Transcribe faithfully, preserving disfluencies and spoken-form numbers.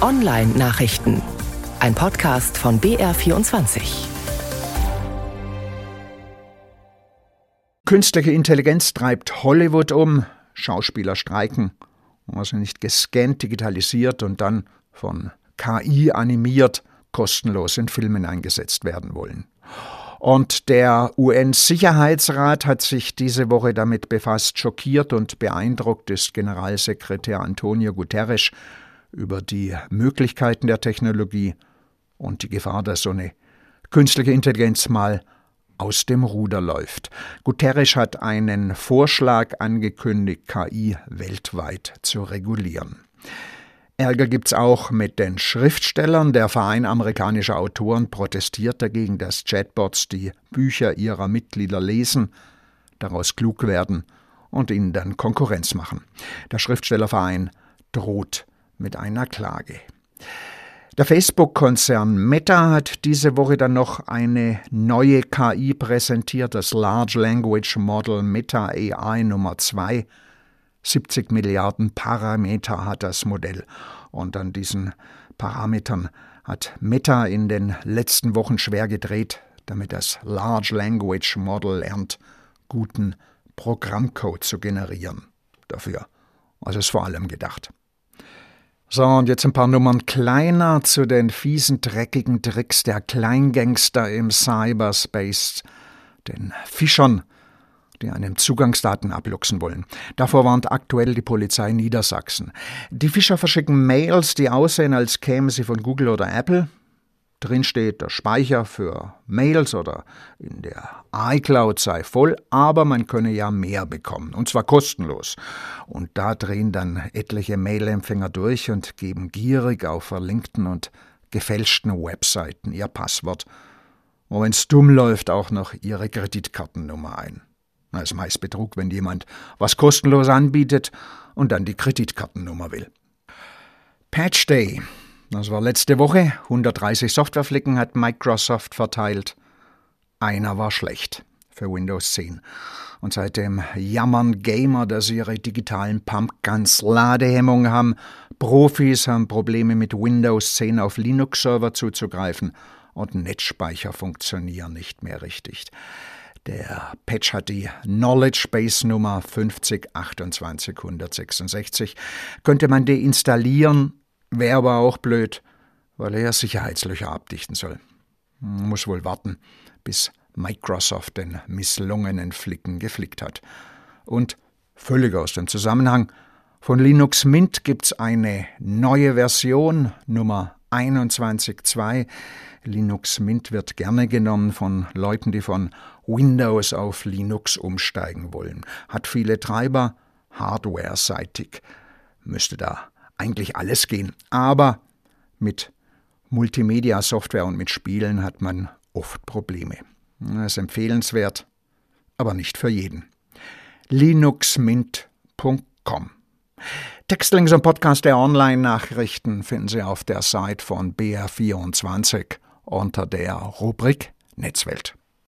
Online-Nachrichten. Ein Podcast von B R vierundzwanzig. Künstliche Intelligenz treibt Hollywood um, Schauspieler streiken, also nicht gescannt, digitalisiert und dann von K I animiert, kostenlos in Filmen eingesetzt werden wollen. Und der U N-Sicherheitsrat hat sich diese Woche damit befasst. Schockiert und beeindruckt ist Generalsekretär Antonio Guterres über die Möglichkeiten der Technologie und die Gefahr, dass so eine künstliche Intelligenz mal aus dem Ruder läuft. Guterres hat einen Vorschlag angekündigt, K I weltweit zu regulieren. Ärger gibt's auch mit den Schriftstellern. Der Verein amerikanischer Autoren protestiert dagegen, dass Chatbots die Bücher ihrer Mitglieder lesen, daraus klug werden und ihnen dann Konkurrenz machen. Der Schriftstellerverein droht mit einer Klage. Der Facebook-Konzern Meta hat diese Woche dann noch eine neue K I präsentiert, das Large Language Model Meta A I Nummer zwei. siebzig Milliarden Parameter hat das Modell. Und an diesen Parametern hat Meta in den letzten Wochen schwer gedreht, damit das Large Language Model lernt, guten Programmcode zu generieren. Dafür ist es vor allem gedacht. So, und jetzt ein paar Nummern kleiner zu den fiesen, dreckigen Tricks der Kleingangster im Cyberspace, den Fischern, die einem Zugangsdaten abluchsen wollen. Davor warnt aktuell die Polizei Niedersachsen. Die Fischer verschicken Mails, die aussehen, als kämen sie von Google oder Apple. Drin steht, der Speicher für Mails oder in der iCloud sei voll, aber man könne ja mehr bekommen, und zwar kostenlos. Und da drehen dann etliche Mailempfänger durch und geben gierig auf verlinkten und gefälschten Webseiten ihr Passwort. Und wenn's dumm läuft, auch noch ihre Kreditkartennummer ein. Das ist meist Betrug, wenn jemand was kostenlos anbietet und dann die Kreditkartennummer will. Patch Day. Das war letzte Woche. hundertdreißig Softwareflicken hat Microsoft verteilt. Einer war schlecht für Windows zehn. Und seitdem jammern Gamer, dass sie ihre digitalen Pumpguns Ladehemmung haben. Profis haben Probleme mit Windows zehn auf Linux-Server zuzugreifen. Und Netzspeicher funktionieren nicht mehr richtig. Der Patch hat die Knowledge Base Nummer fünfzig achtundzwanzig hundertsechsundsechzig. Könnte man deinstallieren, wäre aber auch blöd, weil er Sicherheitslöcher abdichten soll. Muss wohl warten, bis Microsoft den misslungenen Flicken geflickt hat. Und völlig aus dem Zusammenhang, von Linux Mint gibt's eine neue Version, Nummer einundzwanzig Punkt zwei. Linux Mint wird gerne genommen von Leuten, die von Windows auf Linux umsteigen wollen. Hat viele Treiber, hardware-seitig müsste da eigentlich alles gehen. Aber mit Multimedia-Software und mit Spielen hat man oft Probleme. Das ist empfehlenswert, aber nicht für jeden. linux mint punkt com. Textlinks und Podcast der Online-Nachrichten finden Sie auf der Seite von B R vierundzwanzig unter der Rubrik Netzwelt.